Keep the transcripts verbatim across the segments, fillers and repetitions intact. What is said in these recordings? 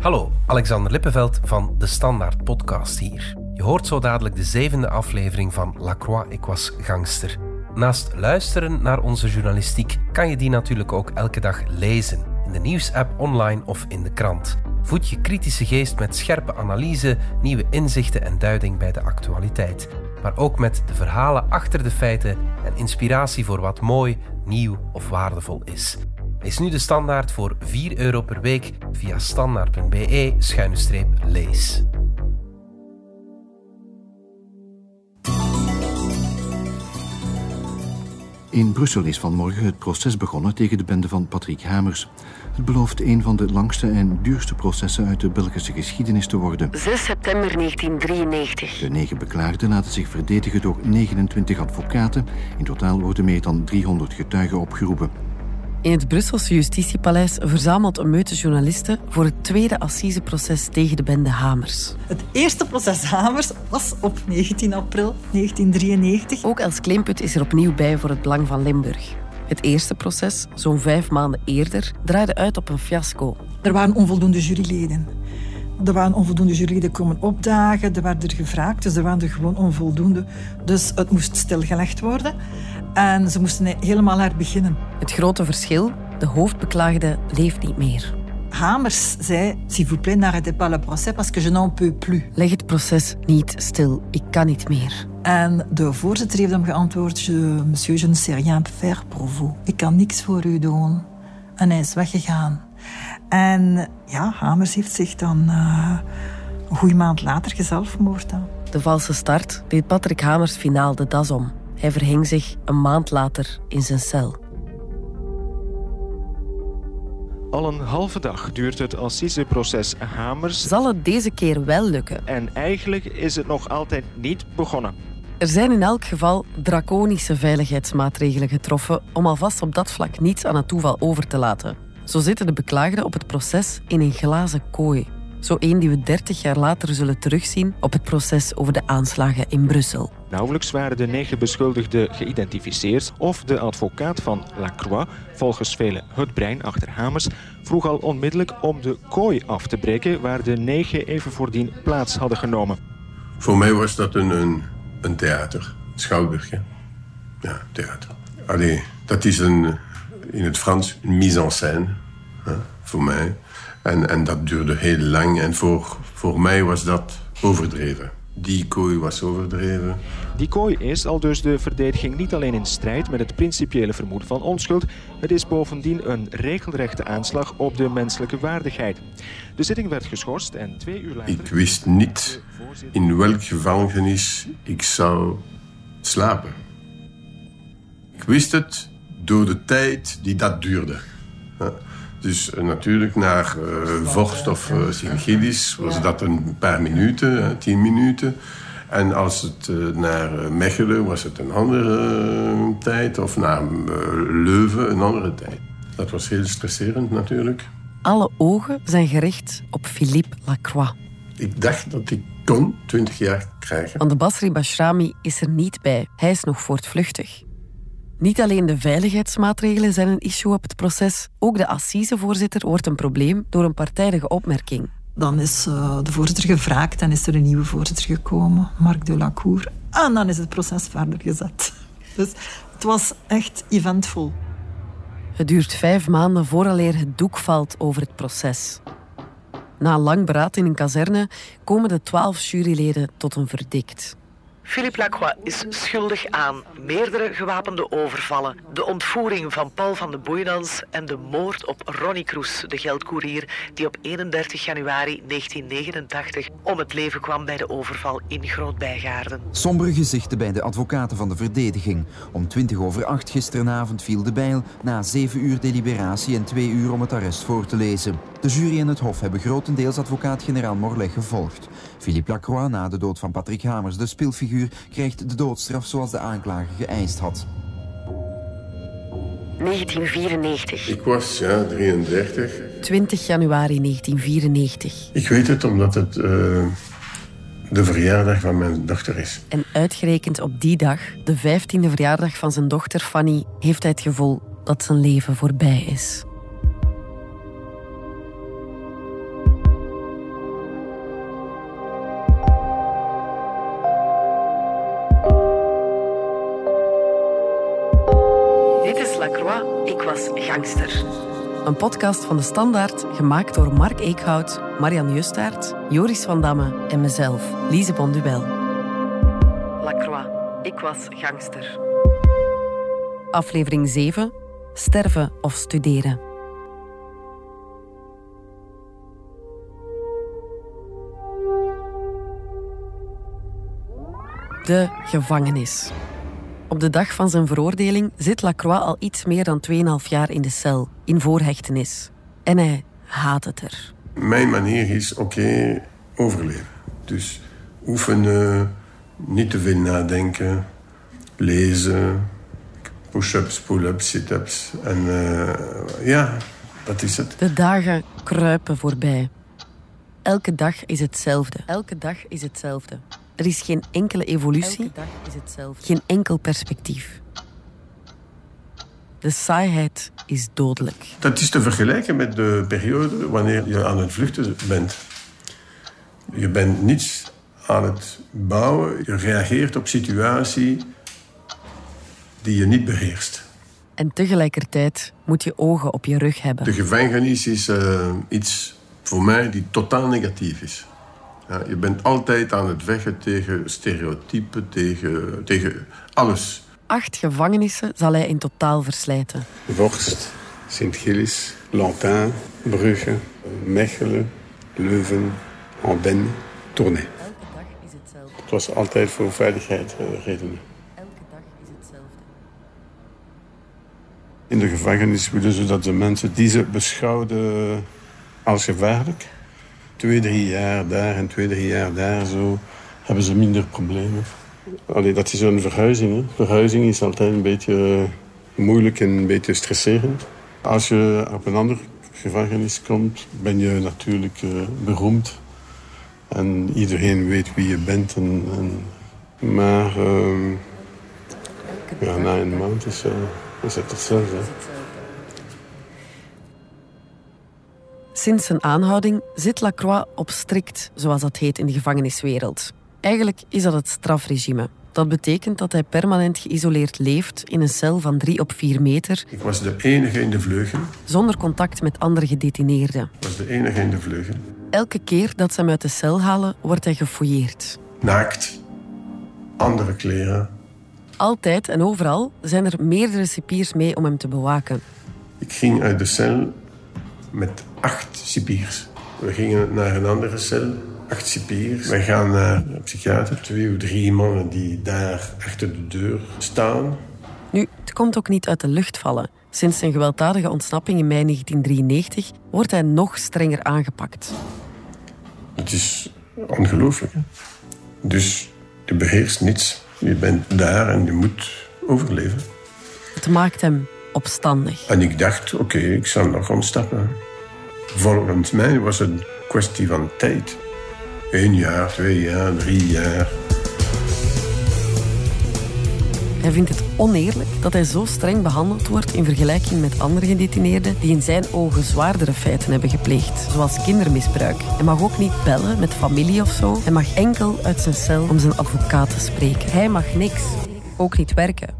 Hallo, Alexander Lippenveld van De Standaard podcast hier. Je hoort zo dadelijk de zevende aflevering van Lacroix, ik was gangster. Naast luisteren naar onze journalistiek kan je die natuurlijk ook elke dag lezen. In de nieuwsapp, online of in de krant. Voed je kritische geest met scherpe analyse, nieuwe inzichten en duiding bij de actualiteit. Maar ook met de verhalen achter de feiten en inspiratie voor wat mooi, nieuw of waardevol is. Lees nu De Standaard voor vier euro per week via standaard.be schuine streep lees. In Brussel is vanmorgen het proces begonnen tegen de bende van Patrick Hamers. Het belooft een van de langste en duurste processen uit de Belgische geschiedenis te worden. zes september negentien drieënnegentig. De negen beklaagden laten zich verdedigen door negenentwintig advocaten. In totaal worden meer dan driehonderd getuigen opgeroepen. In het Brusselse Justitiepaleis verzamelt een meute journalisten voor het tweede assiseproces tegen de bende Hamers. Het eerste proces Hamers was op negentien april negentien drieënnegentig. Ook Els Kleemput is er opnieuw bij voor het belang van Limburg. Het eerste proces, zo'n vijf maanden eerder, draaide uit op een fiasco. Er waren onvoldoende juryleden. Er waren onvoldoende juryleden komen opdagen, er werden er gevraagd, dus er waren er gewoon onvoldoende. Dus het moest stilgelegd worden en ze moesten helemaal herbeginnen. Het grote verschil, de hoofdbeklaagde leeft niet meer. Hamers zei, s'il vous plaît, n'arrêtez pas le procès parce que je n'en peux plus. Leg het proces niet stil, ik kan niet meer. En de voorzitter heeft hem geantwoord, je, monsieur, je ne sais rien faire pour vous. Ik kan niks voor u doen. En hij is weggegaan. En ja, Hamers heeft zich dan uh, een goede maand later gezelfmoord. Hè. De valse start deed Patrick Hamers finaal de das om. Hij verhing zich een maand later in zijn cel. Al een halve dag duurt het assiseproces Hamers. Zal het deze keer wel lukken? En eigenlijk is het nog altijd niet begonnen. Er zijn in elk geval draconische veiligheidsmaatregelen getroffen om alvast op dat vlak niets aan het toeval over te laten. Zo zitten de beklaagden op het proces in een glazen kooi. Zo één die we dertig jaar later zullen terugzien op het proces over de aanslagen in Brussel. Nauwelijks waren de negen beschuldigden geïdentificeerd of de advocaat van Lacroix, volgens velen het brein achter Hamers, vroeg al onmiddellijk om de kooi af te breken waar de negen even voordien plaats hadden genomen. Voor mij was dat een, een, een theater, een schouwburg. Hè? Ja, theater. Allee, dat is een, in het Frans een mise en scène, hè, voor mij. En, en dat duurde heel lang en voor, voor mij was dat overdreven. Die kooi was overdreven. Die kooi is al dus de verdediging niet alleen in strijd met het principiële vermoeden van onschuld. Het is bovendien een regelrechte aanslag op de menselijke waardigheid. De zitting werd geschorst en twee uur later... Ik wist niet in welk gevangenis ik zou slapen. Ik wist het door de tijd die dat duurde. Dus uh, natuurlijk naar uh, Vorst of uh, Sint-Gillis was dat een paar minuten, uh, tien minuten. En als het uh, naar uh, Mechelen was het een andere uh, tijd. Of naar uh, Leuven een andere tijd. Dat was heel stresserend natuurlijk. Alle ogen zijn gericht op Philippe Lacroix. Ik dacht dat ik kon twintig jaar krijgen. Want de Basri Bashrami is er niet bij. Hij is nog voortvluchtig. Niet alleen de veiligheidsmaatregelen zijn een issue op het proces, ook de assisevoorzitter wordt een probleem door een partijdige opmerking. Dan is uh, de voorzitter gevraagd en is er een nieuwe voorzitter gekomen, Marc Delacour. En dan is het proces verder gezet. Dus het was echt eventvol. Het duurt vijf maanden vooraleer het doek valt over het proces. Na een lang beraad in een kazerne komen de twaalf juryleden tot een verdict. Philippe Lacroix is schuldig aan meerdere gewapende overvallen, de ontvoering van Paul van de Boeynans en de moord op Ronnie Kroes, de geldkoerier die op eenendertig januari negentien negenentachtig om het leven kwam bij de overval in Groot-Bijgaarden. Sombere gezichten bij de advocaten van de verdediging. Om twintig over acht gisteravond viel de bijl na zeven uur deliberatie en twee uur om het arrest voor te lezen. De jury en het hof hebben grotendeels advocaat-generaal Morlet gevolgd. Philippe Lacroix, na de dood van Patrick Hamers, de speelfiguur, krijgt de doodstraf zoals de aanklager geëist had. negentien vierennegentig. Ik was ja, drieëndertig. twintig januari negentien vierennegentig. Ik weet het omdat het uh, de verjaardag van mijn dochter is. En uitgerekend op die dag, de vijftiende verjaardag van zijn dochter Fanny, heeft hij het gevoel dat zijn leven voorbij is. Lacroix, ik was gangster. Een podcast van De Standaard, gemaakt door Mark Eekhout, Marianne Justaert, Joris van Damme en mezelf, Lise Bonduel. Lacroix, ik was gangster. Aflevering zeven. Sterven of studeren. De gevangenis. Op de dag van zijn veroordeling zit Lacroix al iets meer dan tweeënhalf jaar in de cel, in voorhechtenis. En hij haat het er. Mijn manier is, oké, okay, overleven. Dus oefenen, niet te veel nadenken, lezen, push-ups, pull-ups, sit-ups. En uh, ja, dat is het. De dagen kruipen voorbij. Elke dag is hetzelfde. Elke dag is hetzelfde. Er is geen enkele evolutie, Elke dag is hetzelfde. Geen enkel perspectief. De saaiheid is dodelijk. Dat is te vergelijken met de periode wanneer je aan het vluchten bent. Je bent niets aan het bouwen. Je reageert op situatie die je niet beheerst. En tegelijkertijd moet je ogen op je rug hebben. De gevangenis is uh, iets voor mij die totaal negatief is. Ja, je bent altijd aan het vechten tegen stereotypen, tegen, tegen alles. Acht gevangenissen zal hij in totaal verslijten. Vorst, Sint-Gilles, Lantin, Brugge, Mechelen, Leuven, Andenne, Tournai. Elke dag is hetzelfde. Het was altijd voor veiligheidsredenen. Elke dag is hetzelfde. In de gevangenis willen ze dat de mensen die ze beschouwden als gevaarlijk, twee, drie jaar daar en twee, drie jaar daar zo, hebben ze minder problemen. Allee, dat is een verhuizing. Hè. Verhuizing is altijd een beetje moeilijk en een beetje stresserend. Als je op een andere gevangenis komt, ben je natuurlijk uh, beroemd. En iedereen weet wie je bent. En, en, maar uh, ja, na een maand is, uh, is het hetzelfde. Sinds zijn aanhouding zit Lacroix op strict, zoals dat heet in de gevangeniswereld. Eigenlijk is dat het strafregime. Dat betekent dat hij permanent geïsoleerd leeft in een cel van drie op vier meter. Ik was de enige in de vleugel. Zonder contact met andere gedetineerden. Ik was de enige in de vleugel. Elke keer dat ze hem uit de cel halen, wordt hij gefouilleerd. Naakt. Andere kleren. Altijd en overal zijn er meerdere cipiers mee om hem te bewaken. Ik ging uit de cel met acht cipiers. We gingen naar een andere cel, acht cipiers. We gaan naar een psychiater, twee of drie mannen die daar achter de deur staan. Nu, het komt ook niet uit de lucht vallen. Sinds zijn gewelddadige ontsnapping in mei negentien drieënnegentig wordt hij nog strenger aangepakt. Het is ongelooflijk. Hè? Dus je beheerst niets. Je bent daar en je moet overleven. Het maakt hem opstandig. En ik dacht, oké, okay, ik zal nog ontsnappen. Volgens mij was het een kwestie van tijd. Eén jaar, twee jaar, drie jaar. Hij vindt het oneerlijk dat hij zo streng behandeld wordt in vergelijking met andere gedetineerden die in zijn ogen zwaardere feiten hebben gepleegd, zoals kindermisbruik. Hij mag ook niet bellen met familie of zo. Hij mag enkel uit zijn cel om zijn advocaat te spreken. Hij mag niks, ook niet werken.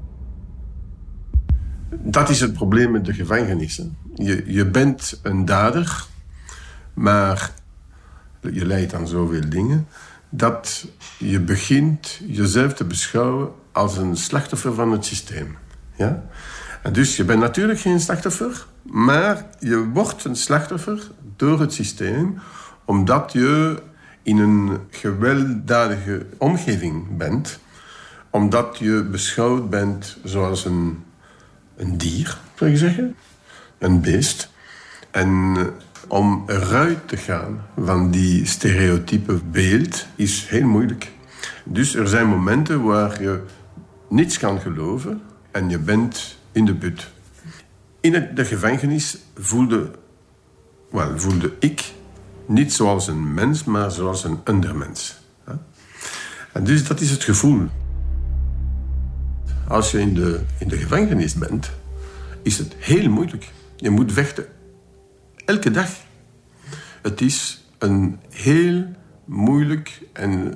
Dat is het probleem met de gevangenissen. Je, je bent een dader, maar je lijdt aan zoveel dingen, dat je begint jezelf te beschouwen als een slachtoffer van het systeem. Ja? En dus je bent natuurlijk geen slachtoffer, maar je wordt een slachtoffer door het systeem, omdat je in een gewelddadige omgeving bent, omdat je beschouwd bent zoals een Een dier, zou je zeggen. Een beest. En om eruit te gaan van die stereotype beeld is heel moeilijk. Dus er zijn momenten waar je niets kan geloven en je bent in de put. In de gevangenis voelde, well, voelde ik niet zoals een mens, maar zoals een undermens. En dus dat is het gevoel. Als je in de, in de gevangenis bent, is het heel moeilijk. Je moet vechten. Elke dag. Het is een heel moeilijk en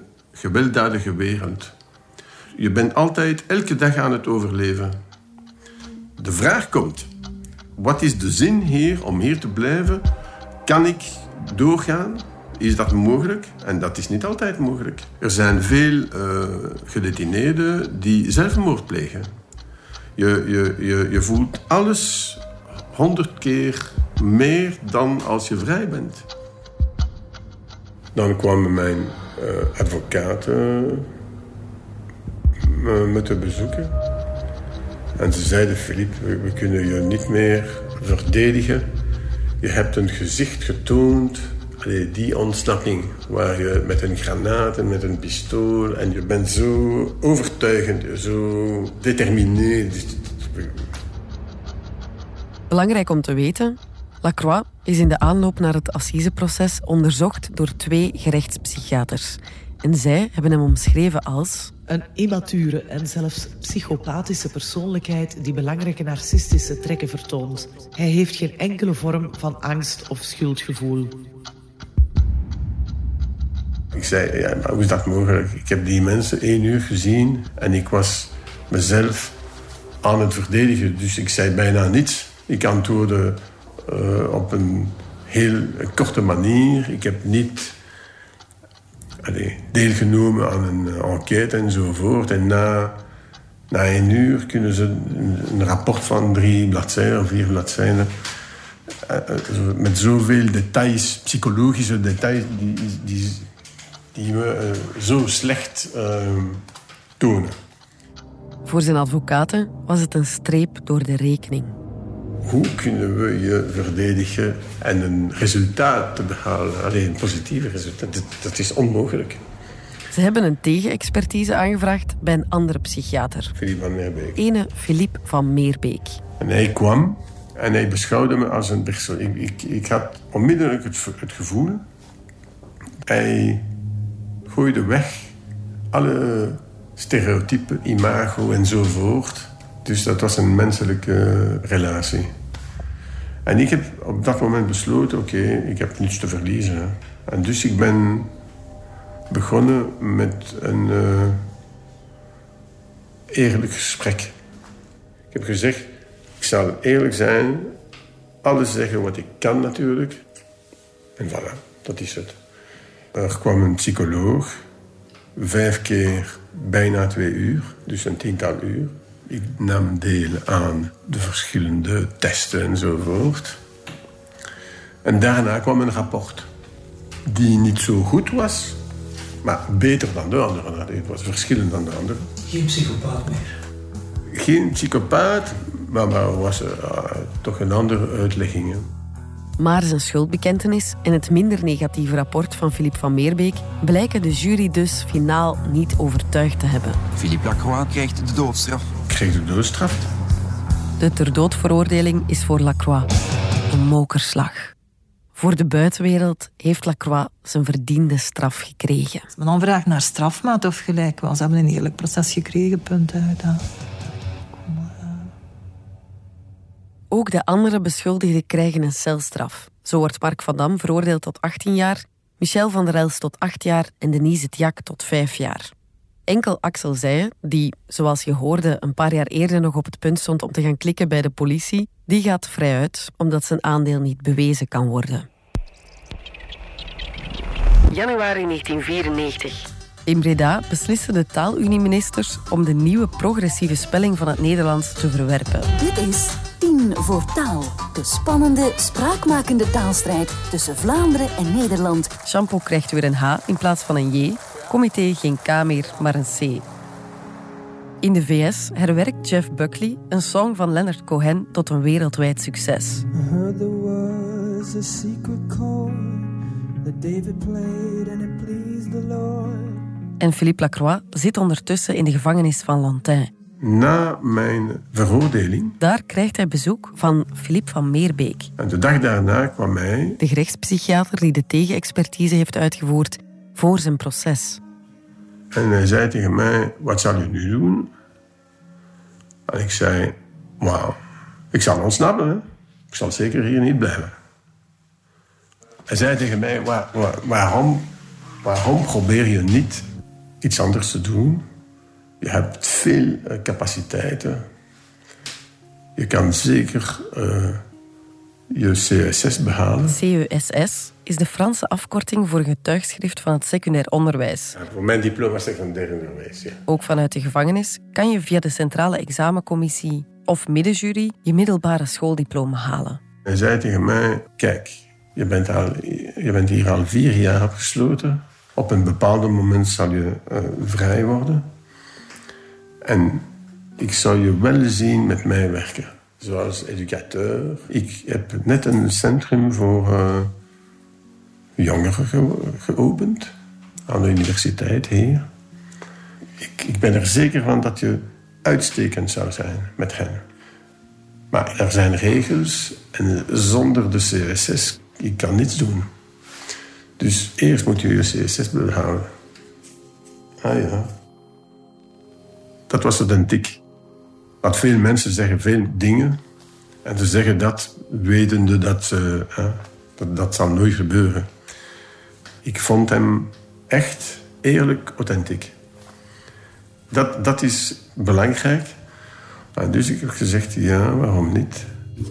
gewelddadige wereld. Je bent altijd elke dag aan het overleven. de vraag komt, wat is de zin hier om hier te blijven? Kan ik doorgaan? Is dat mogelijk? En dat is niet altijd mogelijk. Er zijn veel uh, gedetineerden die zelfmoord plegen. Je, je, je, je voelt alles honderd keer meer dan als je vrij bent. Dan kwamen mijn uh, advocaten me, me te bezoeken. En ze zeiden, Philippe, we, we kunnen je niet meer verdedigen. Je hebt een gezicht getoond. Allee, die ontsnapping, waar je met een granaat en met een pistool... en je bent zo overtuigend, zo determineerd. Belangrijk om te weten, Lacroix is in de aanloop naar het assiseproces onderzocht door twee gerechtspsychiaters. En zij hebben hem omschreven als... een immature en zelfs psychopathische persoonlijkheid die belangrijke narcistische trekken vertoont. Hij heeft geen enkele vorm van angst of schuldgevoel. Ik zei, ja, maar hoe is dat mogelijk? Ik heb die mensen één uur gezien en ik was mezelf aan het verdedigen. Dus ik zei bijna niets. Ik antwoordde uh, op een heel korte manier. Ik heb niet allez, deelgenomen aan een enquête enzovoort. En na, na een uur kunnen ze een, een rapport van drie bladzijden of vier bladzijden... Uh, met zoveel details, psychologische details... die, die, die we uh, zo slecht uh, tonen. Voor zijn advocaten was het een streep door de rekening. Hoe kunnen we je verdedigen en een resultaat te behalen? Alleen een positieve resultaat, dat, dat is onmogelijk. Ze hebben een tegenexpertise aangevraagd bij een andere psychiater. Philippe van Meerbeek. Ene Philippe van Meerbeek. En hij kwam en hij beschouwde me als een persoon. Ik, ik, ik had onmiddellijk het, het gevoel... Hij gooide weg alle stereotypen, imago enzovoort. Dus dat was een menselijke relatie. En ik heb op dat moment besloten, oké, okay, ik heb niets te verliezen. Hè. En dus ik ben begonnen met een uh, eerlijk gesprek. Ik heb gezegd, ik zal eerlijk zijn, alles zeggen wat ik kan natuurlijk. En voilà, dat is het. Er kwam een psycholoog, vijf keer bijna twee uur, dus een tiental uur. Ik nam deel aan de verschillende testen enzovoort. En daarna kwam een rapport die niet zo goed was, maar beter dan de andere. Het was verschillend dan de andere. Geen psychopaat meer? Geen psychopaat, maar, maar was er uh, toch een andere uitlegging. Maar zijn schuldbekentenis en het minder negatieve rapport van Philippe van Meerbeek blijken de jury dus finaal niet overtuigd te hebben. Philippe Lacroix krijgt de doodstraf. Kreeg de doodstraf? De ter dood veroordeling is voor Lacroix een mokerslag. Voor de buitenwereld heeft Lacroix zijn verdiende straf gekregen. Als men dan vraagt naar strafmaat of gelijk was, hebben we een eerlijk proces gekregen, punt uit. Ja. Ook de andere beschuldigden krijgen een celstraf. Zo wordt Mark van Dam veroordeeld tot achttien jaar, Michel van der Els tot acht jaar en Denise Diak tot vijf jaar. Enkel Axel Zijen, die, zoals je hoorde, een paar jaar eerder nog op het punt stond om te gaan klikken bij de politie, die gaat vrijuit, omdat zijn aandeel niet bewezen kan worden. januari negentien vierennegentig. In Breda beslissen de taalunieministers om de nieuwe progressieve spelling van het Nederlands te verwerpen. Dit is tien voor taal. De spannende, spraakmakende taalstrijd tussen Vlaanderen en Nederland. Shampoo krijgt weer een H in plaats van een J. Comité geen K meer, maar een C. In de V S herwerkt Jeff Buckley een song van Leonard Cohen tot een wereldwijd succes. I heard there was a secret chord that David played and it pleased the Lord. En Philippe Lacroix zit ondertussen in de gevangenis van Lantin. Na mijn veroordeling... Daar krijgt hij bezoek van Philippe van Meerbeek. En de dag daarna kwam hij... de gerechtspsychiater die de tegenexpertise heeft uitgevoerd voor zijn proces. En hij zei tegen mij, wat zal je nu doen? En ik zei, wauw, ik zal ontsnappen. Hè? Ik zal zeker hier niet blijven. Hij zei tegen mij, waar, waar, waarom, waarom probeer je niet iets anders te doen? Je hebt veel capaciteiten. je kan zeker uh, je C E S S behalen. C E S S is de Franse afkorting voor getuigschrift van het secundair onderwijs. Ja, voor mijn diploma secundair onderwijs, ja. Ook vanuit de gevangenis kan je via de Centrale Examencommissie of middenjury je middelbare schooldiploma halen. Hij zei tegen mij, kijk, je bent, al, je bent hier al vier jaar opgesloten. Op een bepaald moment zal je uh, vrij worden. En ik zou je wel zien met mij werken. Zoals educateur. Ik heb net een centrum voor uh, jongeren ge- geopend. Aan de universiteit hier. Ik, ik ben er zeker van dat je uitstekend zou zijn met hen. Maar er zijn regels en zonder de C E S S, je kan niets doen. Dus eerst moet je je C E S S behouden. Ah ja. Dat was authentiek. Want veel mensen zeggen veel dingen. En ze zeggen dat, wetende dat, uh, uh, dat dat zal nooit gebeuren. Ik vond hem echt eerlijk authentiek. Dat, dat is belangrijk. En dus ik heb gezegd, ja, waarom niet?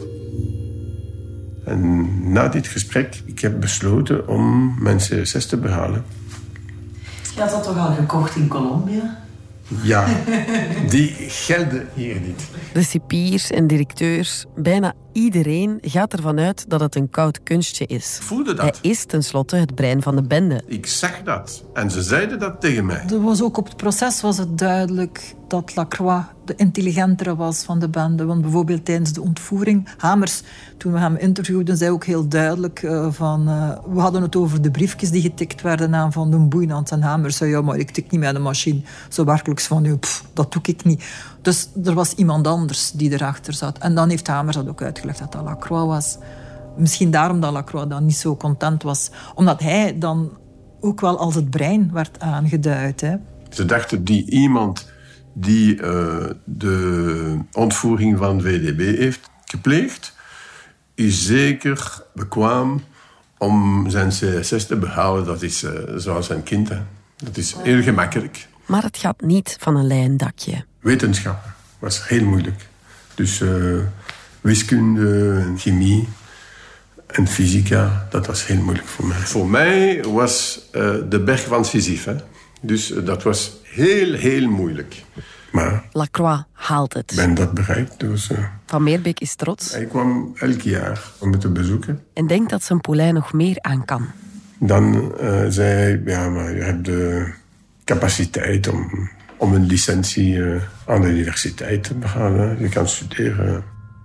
En na dit gesprek, ik heb besloten om mijn C E S S te behalen. Je had dat toch al gekocht in Colombia? Ja, die gelden hier niet. De cipiers en directeurs, bijna iedereen gaat ervan uit dat het een koud kunstje is. Voelde dat? Hij is tenslotte het brein van de bende. Ik zag dat. En ze zeiden dat tegen mij. Er was ook op het proces was het duidelijk dat Lacroix de intelligentere was van de bende. Want bijvoorbeeld tijdens de ontvoering, Hamers, toen we hem interviewden, zei ook heel duidelijk uh, van... Uh, we hadden het over de briefjes die getikt werden aan Van den Boeinant. En Hamers zei, ja, maar ik tik niet met een machine. Zo werkelijk van, ja, pff, dat doe ik niet. Dus er was iemand anders die erachter zat. En dan heeft Hamers dat ook uitgelegd, dat dat Lacroix was. Misschien daarom dat Lacroix dan niet zo content was. Omdat hij dan ook wel als het brein werd aangeduid. Hè. Ze dachten, die iemand die uh, de ontvoering van V D B heeft gepleegd, is zeker bekwaam om zijn C E S S te behalen. Dat is uh, zoals zijn kind. Hè. Dat is heel gemakkelijk. Maar het gaat niet van een leien dakje. Wetenschap was heel moeilijk. Dus uh, wiskunde en chemie en fysica, dat was heel moeilijk voor mij. Voor mij was uh, de berg van Sisyphe. Hè. Dus uh, dat was heel, heel moeilijk. Maar Lacroix haalt het. Ik ben dat bereikt. Dus, uh, Van Meerbeek is trots. Hij kwam elk jaar om het te bezoeken. En denkt dat zijn poulain nog meer aan kan. Dan uh, zei hij, ja, maar je hebt de capaciteit om, om een licentie uh, aan de universiteit te behalen. Je kan studeren.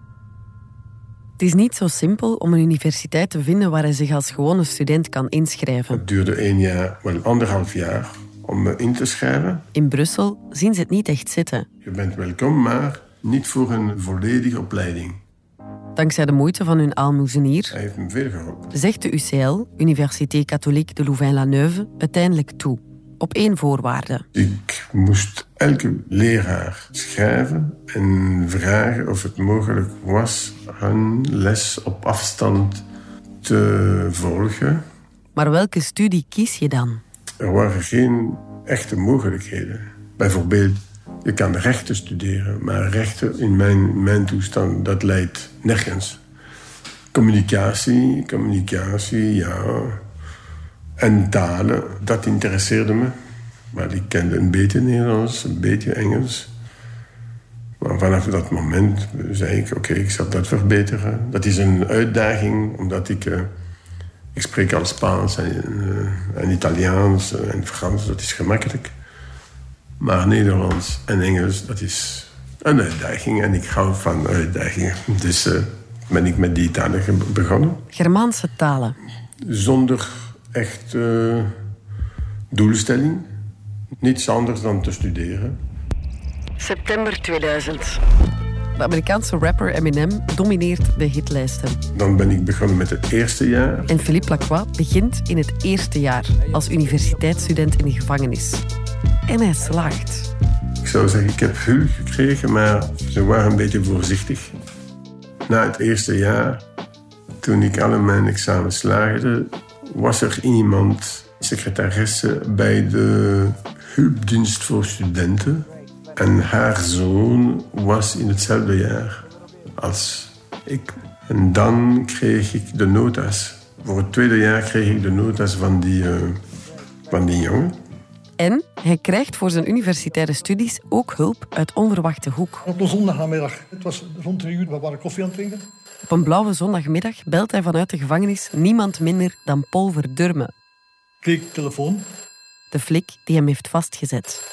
Het is niet zo simpel om een universiteit te vinden waar hij zich als gewone student kan inschrijven. Het duurde één jaar, wel anderhalf jaar, om me in te schrijven. In Brussel zien ze het niet echt zitten. Je bent welkom, maar niet voor een volledige opleiding. Dankzij de moeite van hun aalmoezenier Hij heeft me veel geholpen. zegt de U C L, Université Catholique de Louvain-la-Neuve, uiteindelijk toe. Op één voorwaarde. Ik moest elke leraar schrijven en vragen of het mogelijk was een les op afstand te volgen. Maar welke studie kies je dan? Er waren geen echte mogelijkheden. Bijvoorbeeld, je kan rechten studeren, maar rechten in mijn, mijn toestand, dat leidt nergens. Communicatie, communicatie, ja. En talen, dat interesseerde me. Maar ik kende een beetje Nederlands, een beetje Engels. Maar vanaf dat moment zei ik, oké, okay, ik zal dat verbeteren. Dat is een uitdaging, omdat ik... Uh, ik spreek al Spaans en, uh, en Italiaans en Frans, dat is gemakkelijk. Maar Nederlands en Engels, dat is een uitdaging. En ik hou van uitdagingen. Dus uh, ben ik met die talen begonnen. Germaanse talen. Zonder echt uh, doelstelling. Niets anders dan te studeren. September tweeduizend. De Amerikaanse rapper Eminem domineert de hitlijsten. Dan ben ik begonnen met het eerste jaar. En Philippe Lacroix begint in het eerste jaar als universiteitsstudent in de gevangenis. En hij slaagt. Ik zou zeggen, ik heb hulp gekregen, maar ze waren een beetje voorzichtig. Na het eerste jaar, toen ik alle mijn examens slaagde, was er iemand, secretaresse bij de hulpdienst voor studenten. En haar zoon was in hetzelfde jaar als ik. En dan kreeg ik de notas. Voor het tweede jaar kreeg ik de notas van die, uh, van die jongen. En hij krijgt voor zijn universitaire studies ook hulp uit onverwachte hoek. Op een zondagnamiddag, het was rond drie uur, we waren koffie aan het drinken. Op een blauwe zondagmiddag belt hij vanuit de gevangenis niemand minder dan Paul Verdurme. Kreeg ik telefoon. De flik die hem heeft vastgezet.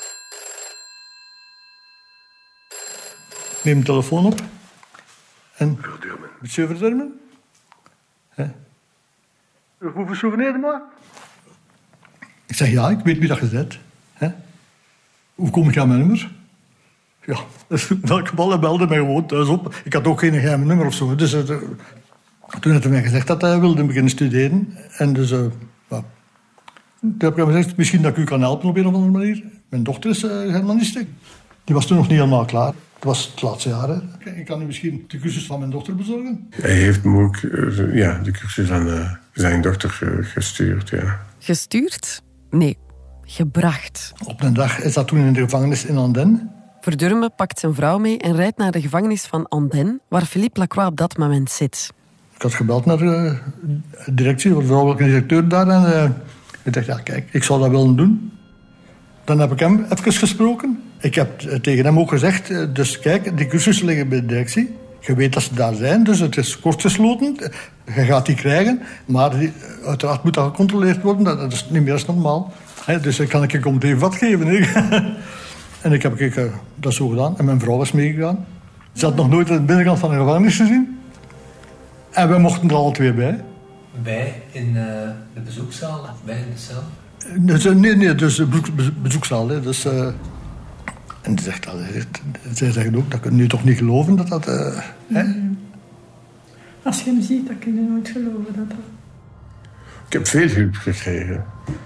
Neem de telefoon op. En... Verdurme. Monsieur Verdurme? Hè? Hoeveel souvenir maar? Ik zeg, ja, ik weet wie dat je bent. Hè? Hoe kom ik aan mijn nummer? Ja, dus in elk geval, hij belde mij gewoon thuis op. Ik had ook geen geheim nummer of zo. Dus uh, toen had hij mij gezegd dat hij wilde beginnen studeren. En dus, uh, ja. Toen heb ik hem gezegd, misschien dat ik u kan helpen op een of andere manier. Mijn dochter is uh, germaniste. Die was toen nog niet helemaal klaar. Het was het laatste jaar. Hè. Ik kan u misschien de cursus van mijn dochter bezorgen. Hij heeft me ook uh, ja, de cursus van uh, zijn dochter uh, gestuurd, ja. Gestuurd? Nee, gebracht. Op een dag is dat toen in de gevangenis in Andenne. Verdurme pakt zijn vrouw mee en rijdt naar de gevangenis van Andenne, waar Philippe Lacroix op dat moment zit. Ik had gebeld naar de directie, de vrouwelijke directeur daar. En uh, ik dacht, ja kijk, ik zou dat willen doen. Dan heb ik hem even gesproken. Ik heb tegen hem ook gezegd, dus kijk, die cursussen liggen bij de directie. Je weet dat ze daar zijn, dus het is kortgesloten. Je gaat die krijgen, maar die, uiteraard moet dat gecontroleerd worden. Dat is niet meer als normaal. He, dus dan kan ik je om even wat geven. En ik heb ik, uh, dat zo gedaan. En mijn vrouw was meegegaan. Ze had nog nooit de binnenkant van een gevangenis gezien. En wij mochten er alle twee bij. Bij in uh, de bezoekzaal? Bij in de cel? Dus, nee, nee, dus de bezoek, bezoekzaal. Hè. Dus, uh, en die zegt, zij zeggen ook, dat kun je toch niet geloven dat dat... Uh, nee. Hè? Als je hem ziet, dan kun je nooit geloven dat dat... Ik heb veel hulp gekregen.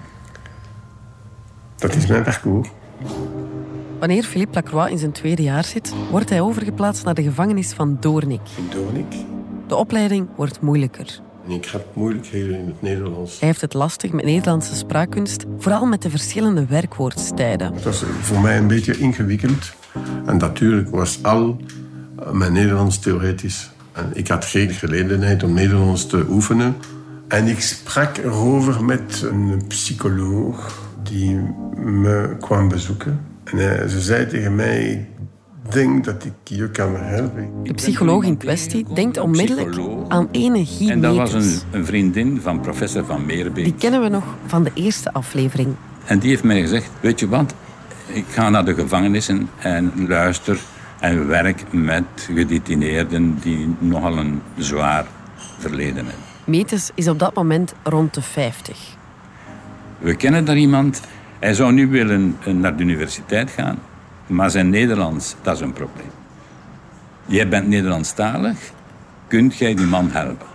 Dat is mijn parcours. Wanneer Philippe Lacroix in zijn tweede jaar zit, wordt hij overgeplaatst naar de gevangenis van Doornik. In Doornik. De opleiding wordt moeilijker. Ik heb moeilijkheden in het Nederlands. Hij heeft het lastig met Nederlandse spraakkunst, vooral met de verschillende werkwoordstijden. Het was voor mij een beetje ingewikkeld. En natuurlijk was al mijn Nederlands theoretisch. En ik had geen gelegenheid om Nederlands te oefenen. En ik sprak erover met een psycholoog die me kwam bezoeken. En hij, ze zei tegen mij, ik denk dat ik je kan helpen. De psycholoog in kwestie denkt onmiddellijk aan ene Guy En dat Meekes. was een, een vriendin van professor Van Meerbeek. Die kennen we nog van de eerste aflevering. En die heeft mij gezegd, weet je wat, ik ga naar de gevangenissen en luister en werk met gedetineerden die nogal een zwaar verleden hebben. Meekes is op dat moment rond de vijftig. We kennen daar iemand, hij zou nu willen naar de universiteit gaan, maar zijn Nederlands, dat is een probleem. Jij bent Nederlandstalig, kunt jij die man helpen?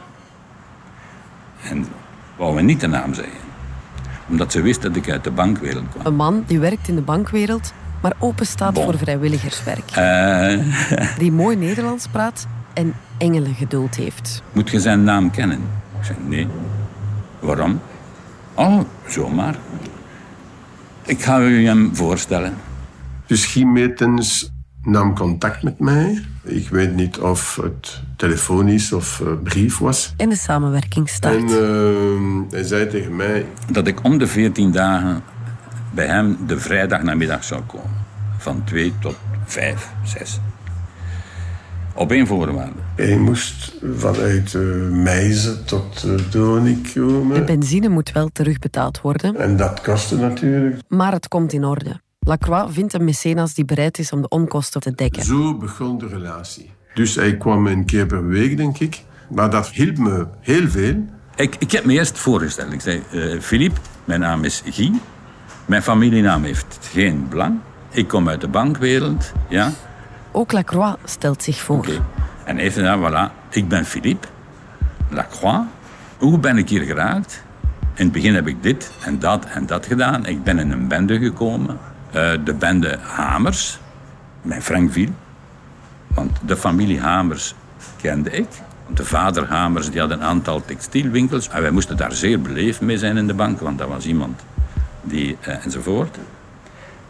En wou we niet de naam zeggen, omdat ze wist dat ik uit de bankwereld kwam. Een man die werkt in de bankwereld, maar open staat bon. voor vrijwilligerswerk. Uh... Die mooi Nederlands praat en engelengeduld heeft. Moet je zijn naam kennen? Ik zei, nee. Waarom? Oh, zomaar. Ik ga u hem voorstellen. Dus Guy Meekes nam contact met mij. Ik weet niet of het telefonisch of uh, brief was. En de samenwerking start. En uh, hij zei tegen mij... dat ik om de veertien dagen bij hem de vrijdagnamiddag zou komen. Van twee tot vijf, zes. Op één voorwaarde. Hij moest vanuit uh, Meizen tot uh, Doornik komen. De benzine moet wel terugbetaald worden. En dat kostte natuurlijk. Maar het komt in orde. Lacroix vindt een mecenas die bereid is om de onkosten te dekken. Zo begon de relatie. Dus hij kwam een keer per week, denk ik. Maar dat hielp me heel veel. Ik, ik heb me eerst voorgesteld. Ik zei, uh, Philippe, mijn naam is Guy. Mijn familienaam heeft geen belang. Ik kom uit de bankwereld, ja. Ook Lacroix stelt zich voor. Okay. En even, ja, voilà, ik ben Philippe Lacroix. Hoe ben ik hier geraakt? In het begin heb ik dit en dat en dat gedaan. Ik ben in een bende gekomen. Uh, de bende Hamers. Mijn Frank viel. Want de familie Hamers kende ik. De vader Hamers die had een aantal textielwinkels. En wij moesten daar zeer beleefd mee zijn in de bank. Want dat was iemand die... Uh, enzovoort.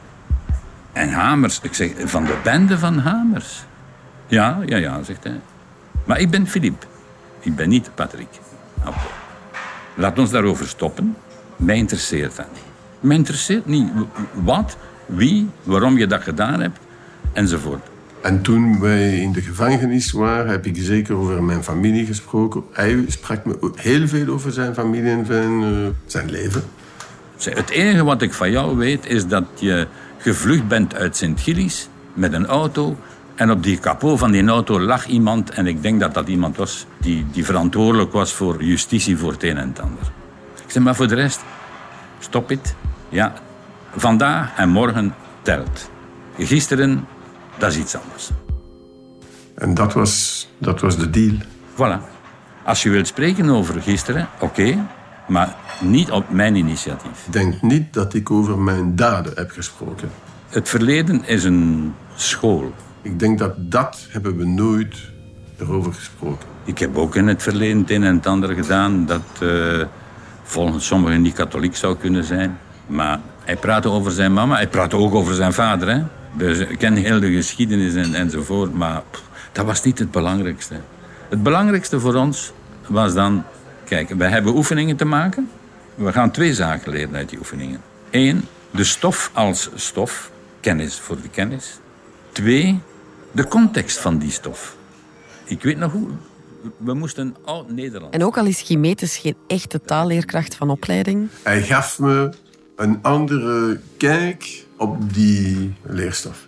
En Hamers, ik zeg, van de bende van Hamers. Ja, ja, ja, zegt hij. Maar ik ben Philippe. Ik ben niet Patrick. Okay. Laat ons daarover stoppen. Mij interesseert dat niet. Mij interesseert niet wat, wie, waarom je dat gedaan hebt, enzovoort. En toen wij in de gevangenis waren, heb ik zeker over mijn familie gesproken. Hij sprak me ook heel veel over zijn familie en zijn, uh, zijn leven. Het enige wat ik van jou weet, is dat je gevlucht bent uit Sint-Gilles met een auto. En op die kapot van die auto lag iemand. En ik denk dat dat iemand was die, die verantwoordelijk was voor justitie, voor het een en het ander. Ik zeg, maar voor de rest, stop het. Ja, vandaag en morgen telt. Gisteren, dat is iets anders. En dat was, dat was de deal. Voilà. Als je wilt spreken over gisteren, oké. Okay, maar niet op mijn initiatief. Ik denk niet dat ik over mijn daden heb gesproken. Het verleden is een school. Ik denk dat dat hebben we nooit erover gesproken. Ik heb ook in het verleden het een en het ander gedaan dat uh, volgens sommigen niet katholiek zou kunnen zijn. Maar hij praatte over zijn mama, hij praatte ook over zijn vader. Hè? Dus ik ken heel de geschiedenis en, enzovoort, maar pff, dat was niet het belangrijkste. Het belangrijkste voor ons was dan, kijk, wij hebben oefeningen te maken. We gaan twee zaken leren uit die oefeningen. Eén, de stof als stof, kennis voor de kennis. Twee, de context van die stof. Ik weet nog hoe, we moesten oud-Nederland. En ook al is Gimetes geen echte taalleerkracht van opleiding. Hij gaf me een andere kijk op die leerstof.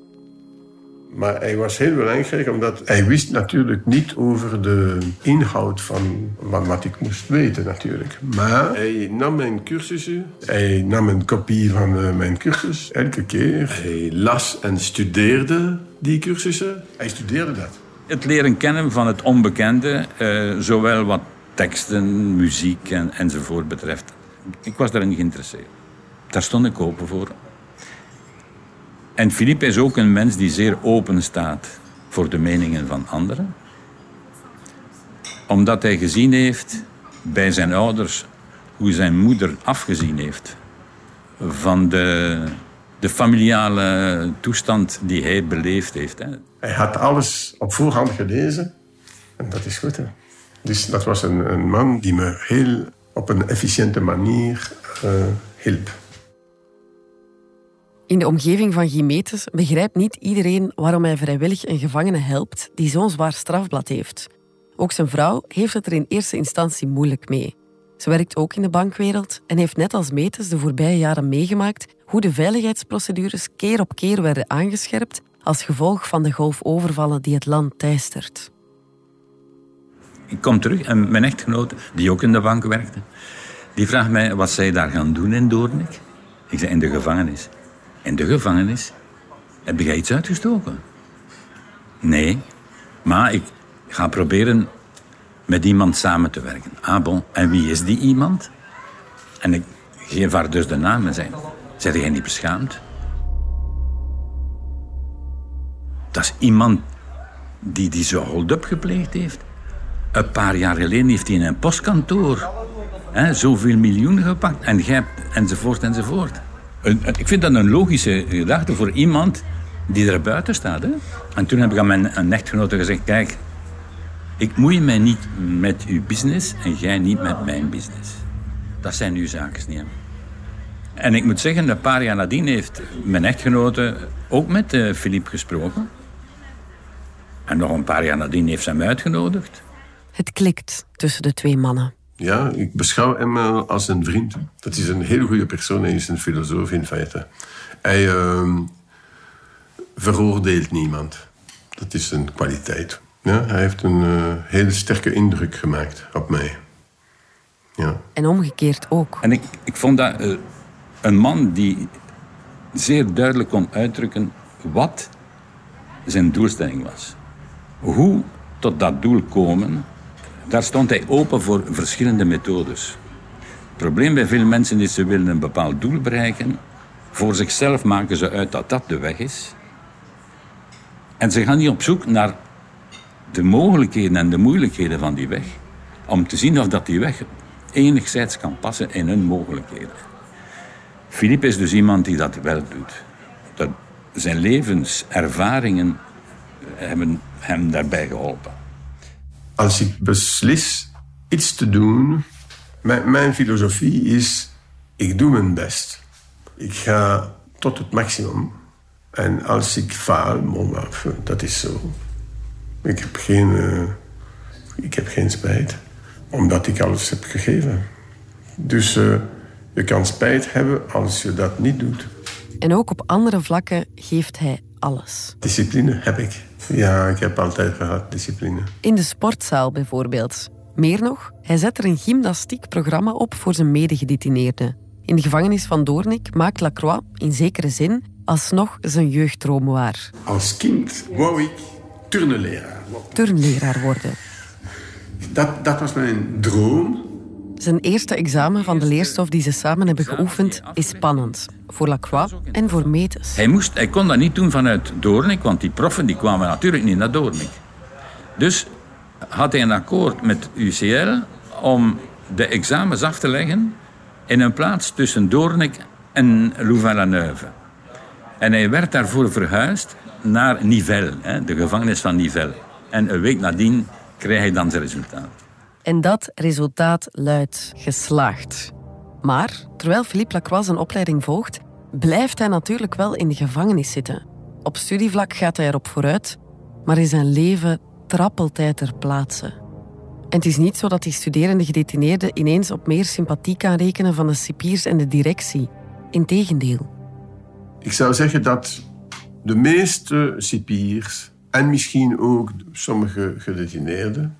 Maar hij was heel belangrijk, omdat hij wist natuurlijk niet over de inhoud van wat ik moest weten natuurlijk. Maar hij nam mijn cursussen, hij nam een kopie van mijn cursus elke keer. Hij las en studeerde die cursussen. Hij studeerde dat. Het leren kennen van het onbekende, uh, zowel wat teksten, muziek en, enzovoort betreft. Ik was daarin geïnteresseerd. Daar stond ik open voor. En Philippe is ook een mens die zeer open staat voor de meningen van anderen. Omdat hij gezien heeft bij zijn ouders hoe zijn moeder afgezien heeft van de, de familiale toestand die hij beleefd heeft. Hè. Hij had alles op voorhand gelezen en dat is goed. Hè. Dus dat was een, een man die me heel op een efficiënte manier uh, hielp. In de omgeving van Gimetes begrijpt niet iedereen waarom hij vrijwillig een gevangene helpt die zo'n zwaar strafblad heeft. Ook zijn vrouw heeft het er in eerste instantie moeilijk mee. Ze werkt ook in de bankwereld en heeft net als Metes de voorbije jaren meegemaakt hoe de veiligheidsprocedures keer op keer werden aangescherpt als gevolg van de golfovervallen die het land teistert. Ik kom terug en mijn echtgenote, die ook in de bank werkte, die vraagt mij wat zij daar gaan doen in Doornik. Ik zei, in de gevangenis. In de gevangenis? Heb jij iets uitgestoken? Nee, maar ik ga proberen met iemand samen te werken. Ah bon, en wie is die iemand? En ik geef haar dus de naam en zei, zeg jij niet beschaamd? Dat is iemand die, die zo'n hold-up gepleegd heeft. Een paar jaar geleden heeft hij in een postkantoor hè, zoveel miljoenen gepakt. En jij hebt enzovoort enzovoort. Ik vind dat een logische gedachte voor iemand die er buiten staat. Hè? En toen heb ik aan mijn echtgenote gezegd, kijk, ik moei mij niet met uw business en jij niet met mijn business. Dat zijn uw zaken niet. Hè? En ik moet zeggen, een paar jaar nadien heeft mijn echtgenote ook met uh, Philippe gesproken. En nog een paar jaar nadien heeft ze hem uitgenodigd. Het klikt tussen de twee mannen. Ja, ik beschouw hem als een vriend. Dat is een hele goede persoon. Hij is een filosoof in feite. Hij uh, veroordeelt niemand. Dat is een kwaliteit. Ja, hij heeft een uh, hele sterke indruk gemaakt op mij. Ja. En omgekeerd ook. En ik, ik vond dat uh, een man die zeer duidelijk kon uitdrukken wat zijn doelstelling was. Hoe tot dat doel komen, daar stond hij open voor verschillende methodes. Het probleem bij veel mensen is, ze willen een bepaald doel bereiken. Voor zichzelf maken ze uit dat dat de weg is. En ze gaan niet op zoek naar de mogelijkheden en de moeilijkheden van die weg, om te zien of dat die weg enigszins kan passen in hun mogelijkheden. Philippe is dus iemand die dat wel doet. Dat zijn levenservaringen hebben hem daarbij geholpen. Als ik beslis iets te doen, mijn, mijn filosofie is, ik doe mijn best. Ik ga tot het maximum. En als ik faal, dat is zo. Ik heb geen, uh, ik heb geen spijt, omdat ik alles heb gegeven. Dus uh, je kan spijt hebben als je dat niet doet. En ook op andere vlakken geeft hij alles. Discipline heb ik. Ja, ik heb altijd gehad discipline. In de sportzaal bijvoorbeeld. Meer nog, hij zet er een gymnastiekprogramma op voor zijn medegedetineerden. In de gevangenis van Doornik maakt Lacroix in zekere zin alsnog zijn jeugddroom waar. Als kind wou ik turnleraar worden. Turnleraar worden. Dat, dat was mijn droom. Zijn eerste examen van de leerstof die ze samen hebben geoefend is spannend. Voor Lacroix en voor Meetes. Hij, moest, hij kon dat niet doen vanuit Doornik, want die proffen die kwamen natuurlijk niet naar Doornik. Dus had hij een akkoord met U C L om de examens af te leggen in een plaats tussen Doornik en Louvain-la-Neuve. En hij werd daarvoor verhuisd naar Nivelles, de gevangenis van Nivelles. En een week nadien kreeg hij dan zijn resultaat. En dat resultaat luidt geslaagd. Maar terwijl Philippe Lacroix zijn opleiding volgt, blijft hij natuurlijk wel in de gevangenis zitten. Op studievlak gaat hij erop vooruit, maar in zijn leven trappelt hij ter plaatse. En het is niet zo dat die studerende gedetineerde ineens op meer sympathie kan rekenen van de cipiers en de directie. Integendeel. Ik zou zeggen dat de meeste cipiers en misschien ook sommige gedetineerden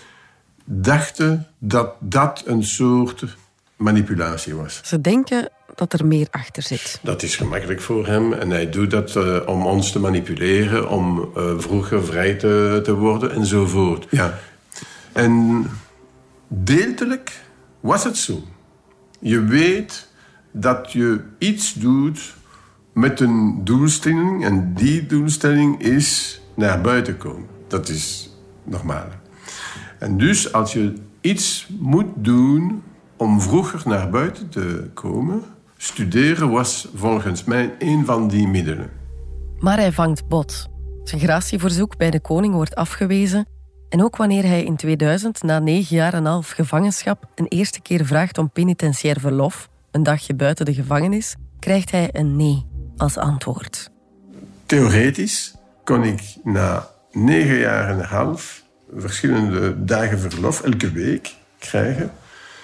dachten dat dat een soort manipulatie was. Ze denken dat er meer achter zit. Dat is gemakkelijk voor hem en hij doet dat uh, om ons te manipuleren, om uh, vroeger vrij te, te worden enzovoort. Ja. En deeltelijk was het zo. Je weet dat je iets doet met een doelstelling en die doelstelling is naar buiten komen. Dat is normaal. En dus als je iets moet doen om vroeger naar buiten te komen, studeren was volgens mij een van die middelen. Maar hij vangt bot. Zijn gratieverzoek bij de koning wordt afgewezen. En ook wanneer hij in tweeduizend, na negen jaar en een half gevangenschap, een eerste keer vraagt om penitentiair verlof, een dagje buiten de gevangenis, krijgt hij een nee als antwoord. Theoretisch kon ik na negen jaar en een half verschillende dagen verlof elke week krijgen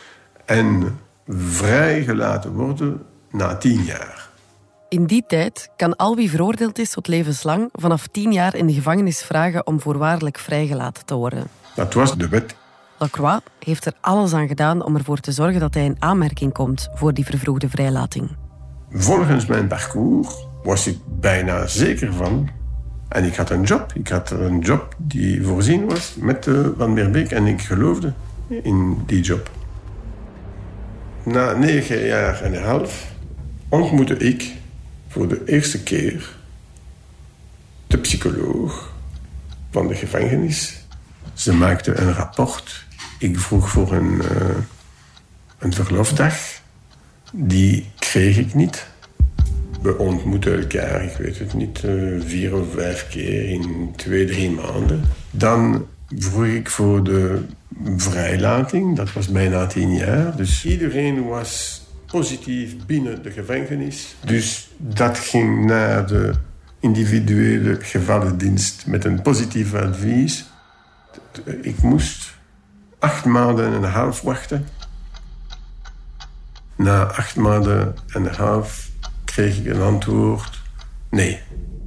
en vrijgelaten worden na tien jaar. In die tijd kan al wie veroordeeld is tot levenslang vanaf tien jaar in de gevangenis vragen om voorwaardelijk vrijgelaten te worden. Dat was de wet. Lacroix heeft er alles aan gedaan om ervoor te zorgen dat hij in aanmerking komt voor die vervroegde vrijlating. Volgens mijn parcours was ik bijna zeker van. En ik had een job. Ik had een job die voorzien was met uh, Van Meerbeek en ik geloofde in die job. Na negen jaar en een half ontmoette ik voor de eerste keer de psycholoog van de gevangenis. Ze maakte een rapport. Ik vroeg voor een, uh, een verlofdag. Die kreeg ik niet. We ontmoeten elkaar, ik weet het niet, uh, vier of vijf keer in twee, drie maanden. Dan vroeg ik voor de vrijlating, dat was bijna tien jaar. Dus iedereen was positief binnen de gevangenis. Dus dat ging naar de individuele gevallendienst met een positief advies. Ik moest acht maanden en een half wachten. Na acht maanden en een half kreeg ik een antwoord: nee.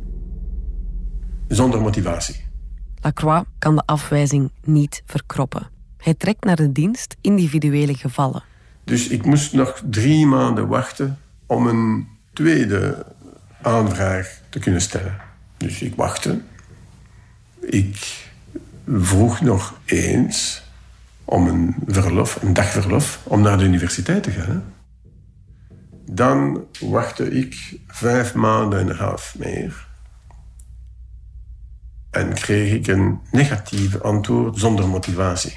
Zonder motivatie. Lacroix kan de afwijzing niet verkroppen. Hij trekt naar de dienst individuele gevallen. Dus ik moest nog drie maanden wachten om een tweede aanvraag te kunnen stellen. Dus ik wachtte. Ik vroeg nog eens om een verlof, een dagverlof, om naar de universiteit te gaan. Dan wachtte ik vijf maanden en een half meer. En kreeg ik een negatief antwoord zonder motivatie.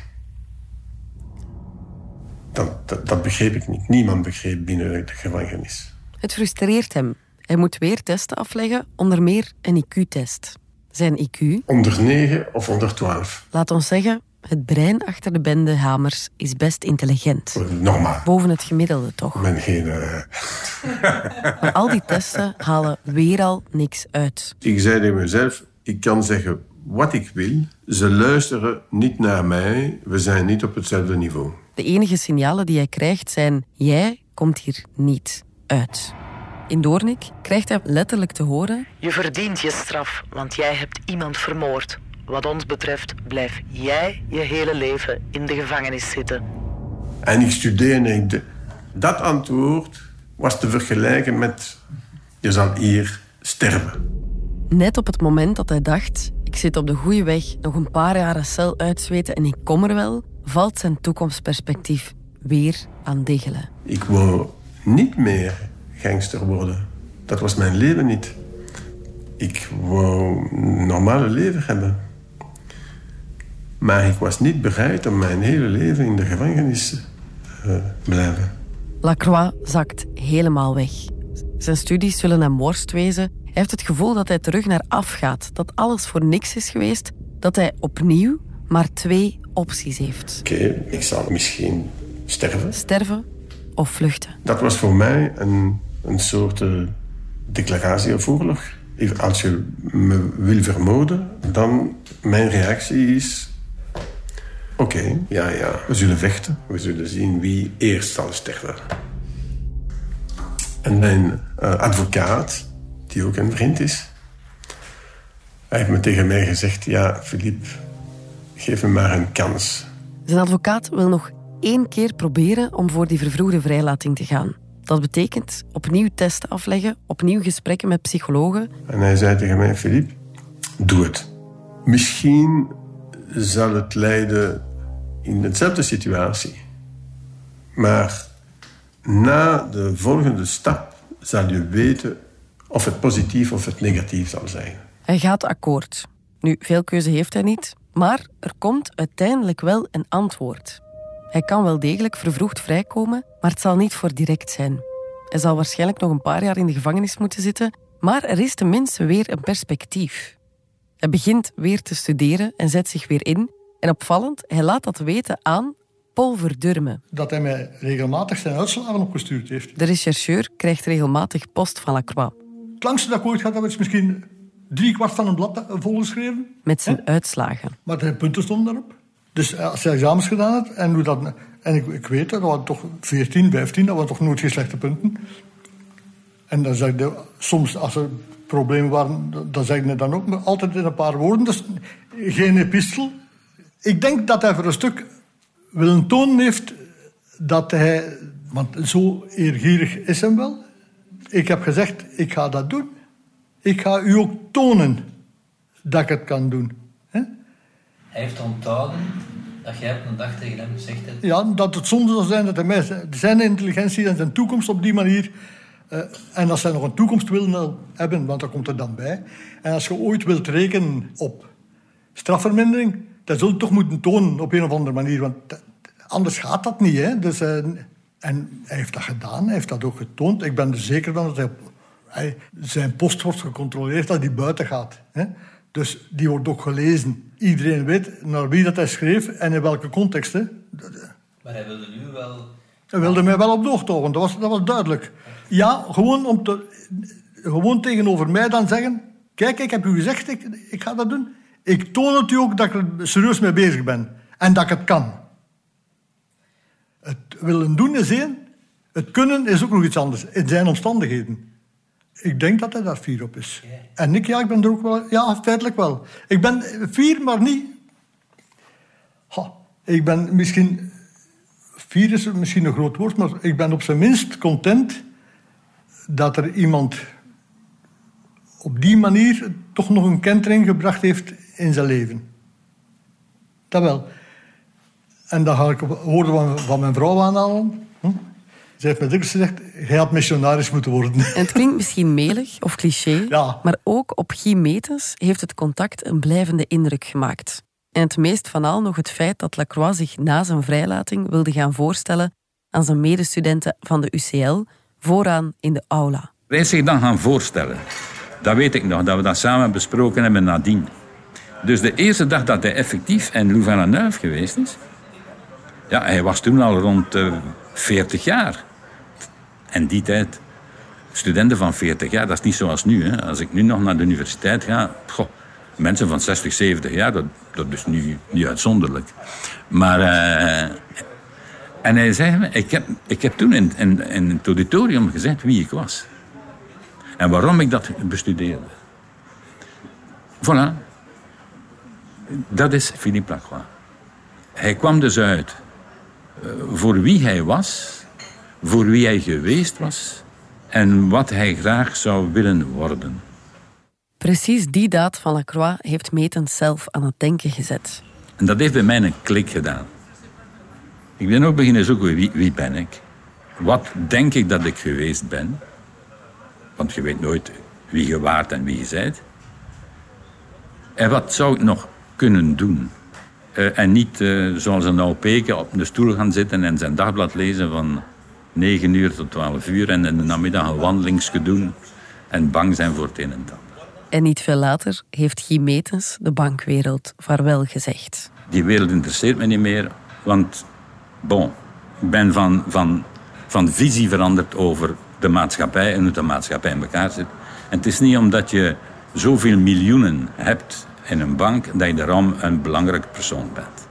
Dat, dat, dat begreep ik niet. Niemand begreep binnen de gevangenis. Het frustreert hem. Hij moet weer testen afleggen, onder meer een I Q-test. Zijn I Q... onder negen of onder twaalf. Laat ons zeggen, Het brein achter de bende Hamers is best intelligent. Normaal. Boven het gemiddelde, toch? Men geen... Uh... Maar al die testen halen weer al niks uit. Ik zei tegen mezelf, ik kan zeggen wat ik wil. Ze luisteren niet naar mij. We zijn niet op hetzelfde niveau. De enige signalen die hij krijgt zijn... jij komt hier niet uit. In Doornik krijgt hij letterlijk te horen... Je verdient je straf, want jij hebt iemand vermoord. Wat ons betreft, blijf jij je hele leven in de gevangenis zitten. En ik studeerde en ik de... dat antwoord was te vergelijken met... je zal hier sterven. Net op het moment dat hij dacht... ik zit op de goede weg, nog een paar jaren cel uitzweten en ik kom er wel... valt zijn toekomstperspectief weer aan diggelen. Ik wou niet meer gangster worden. Dat was mijn leven niet. Ik wou een normale leven hebben. Maar ik was niet bereid om mijn hele leven in de gevangenis te uh, blijven. Lacroix zakt helemaal weg. Zijn studies zullen hem worst wezen. Hij heeft het gevoel dat hij terug naar af gaat. Dat alles voor niks is geweest. Dat hij opnieuw maar twee opties heeft. Oké, okay, ik zal misschien sterven. Sterven of vluchten. Dat was voor mij een, een soort uh, declaratie of oorlog. Als je me wil vermoorden, dan mijn reactie is... Oké, okay, ja, ja, we zullen vechten. We zullen zien wie eerst zal sterven. En mijn uh, advocaat, die ook een vriend is... hij heeft me tegen mij gezegd... Ja, Philippe, geef me maar een kans. Zijn advocaat wil nog één keer proberen om voor die vervroegde vrijlating te gaan. Dat betekent opnieuw testen afleggen, opnieuw gesprekken met psychologen. En hij zei tegen mij, Philippe, doe het. Misschien zal het leiden in dezelfde situatie. Maar na de volgende stap zal je weten of het positief of het negatief zal zijn. Hij gaat akkoord. Nu, veel keuze heeft hij niet, maar er komt uiteindelijk wel een antwoord. Hij kan wel degelijk vervroegd vrijkomen, maar het zal niet voor direct zijn. Hij zal waarschijnlijk nog een paar jaar in de gevangenis moeten zitten, maar er is tenminste weer een perspectief. Hij begint weer te studeren en zet zich weer in. En opvallend, hij laat dat weten aan Paul Verdurme. Dat hij mij regelmatig zijn uitslagen opgestuurd heeft. De rechercheur krijgt regelmatig post van Lacroix. Het langste dat ik ooit had, dat was misschien drie kwart van een blad volgeschreven. Met zijn He? uitslagen. Maar de punten stonden daarop. Dus als hij examens gedaan had, en, hoe dat, en ik, ik weet dat, dat waren toch veertien, vijftien, dat waren toch nooit geen slechte punten. En dan zeg ik, soms als er problemen waren, dan zeg ik dan ook, maar altijd in een paar woorden. Dus geen epistel. Ik denk dat hij voor een stuk willen tonen heeft dat hij... Want zo eergierig is hem wel. Ik heb gezegd, ik ga dat doen. Ik ga u ook tonen dat ik het kan doen. He? Hij heeft onthouden dat jij op een dag tegen hem zegt... Het... Ja, dat het soms zal zijn dat hij mij, zijn intelligentie en zijn toekomst op die manier... Uh, en als hij nog een toekomst wil hebben, want dat komt er dan bij... En als je ooit wilt rekenen op strafvermindering... dan zul je toch moeten tonen op een of andere manier. Want anders gaat dat niet. Hè? Dus, uh, en hij heeft dat gedaan, hij heeft dat ook getoond. Ik ben er zeker van dat hij, hij, zijn post wordt gecontroleerd als hij buiten gaat. Hè? Dus die wordt ook gelezen. Iedereen weet naar wie dat hij schreef en in welke context. Hè? Maar hij wilde nu wel... Hij wilde mij wel op de hoogte houden, dat was, dat was duidelijk. Ja, gewoon, om te, gewoon tegenover mij dan zeggen... Kijk, ik heb u gezegd, ik, ik ga dat doen. Ik toon het u ook dat ik er serieus mee bezig ben. En dat ik het kan. Het willen doen is één. Het kunnen is ook nog iets anders. In zijn omstandigheden. Ik denk dat hij daar fier op is. En ik, ja, ik ben er ook wel... Ja, feitelijk wel. Ik ben fier, maar niet... Ha, ik ben misschien... Fier is misschien een groot woord, maar ik ben op zijn minst content dat er iemand op die manier toch nog een kentering gebracht heeft in zijn leven. Dat wel. En dan ga ik woorden van, van mijn vrouw aanhalen. Hm? Ze heeft me dikwijls gezegd, hij had missionaris moeten worden. En het klinkt misschien melig of cliché, ja. Maar ook op Guy Meetens heeft het contact een blijvende indruk gemaakt. En het meest van al nog het feit dat Lacroix zich na zijn vrijlating wilde gaan voorstellen aan zijn medestudenten van de U C L vooraan in de aula. Hij is zich dan gaan voorstellen. Dat weet ik nog, dat we dat samen besproken hebben nadien. Dus de eerste dag dat hij effectief in Louvain-la-Neuve geweest is... Ja, hij was toen al rond uh, veertig jaar. En die tijd, studenten van veertig jaar, dat is niet zoals nu. Hè. Als ik nu nog naar de universiteit ga... Goh, mensen van zestig, zeventig jaar, dat, dat is nu niet uitzonderlijk. Maar... Uh, en hij zei me, ik heb, ik heb toen in, in, in het auditorium gezegd wie ik was. En waarom ik dat bestudeerde. Voilà. Dat is Philippe Lacroix. Hij kwam dus uit uh, voor wie hij was, voor wie hij geweest was en wat hij graag zou willen worden. Precies die daad van Lacroix heeft Meetens zelf aan het denken gezet. En dat heeft bij mij een klik gedaan. Ik ben ook beginnen zoeken, wie, wie ben ik? Wat denk ik dat ik geweest ben? Want je weet nooit wie je waart en wie je bent. En wat zou ik nog kunnen doen? Uh, en niet uh, zoals een oude peken op de stoel gaan zitten en zijn dagblad lezen van negen uur tot twaalf uur en in de namiddag een wandelingsje doen en bang zijn voor het een en het ander. En niet veel later heeft Guy Meetens de bankwereld vaarwel gezegd. Die wereld interesseert me niet meer, want bon, ik ben van, van, van visie veranderd over de maatschappij en hoe de maatschappij in elkaar zit. En het is niet omdat je zoveel miljoenen hebt in een bank dat je daarom een belangrijk persoon bent.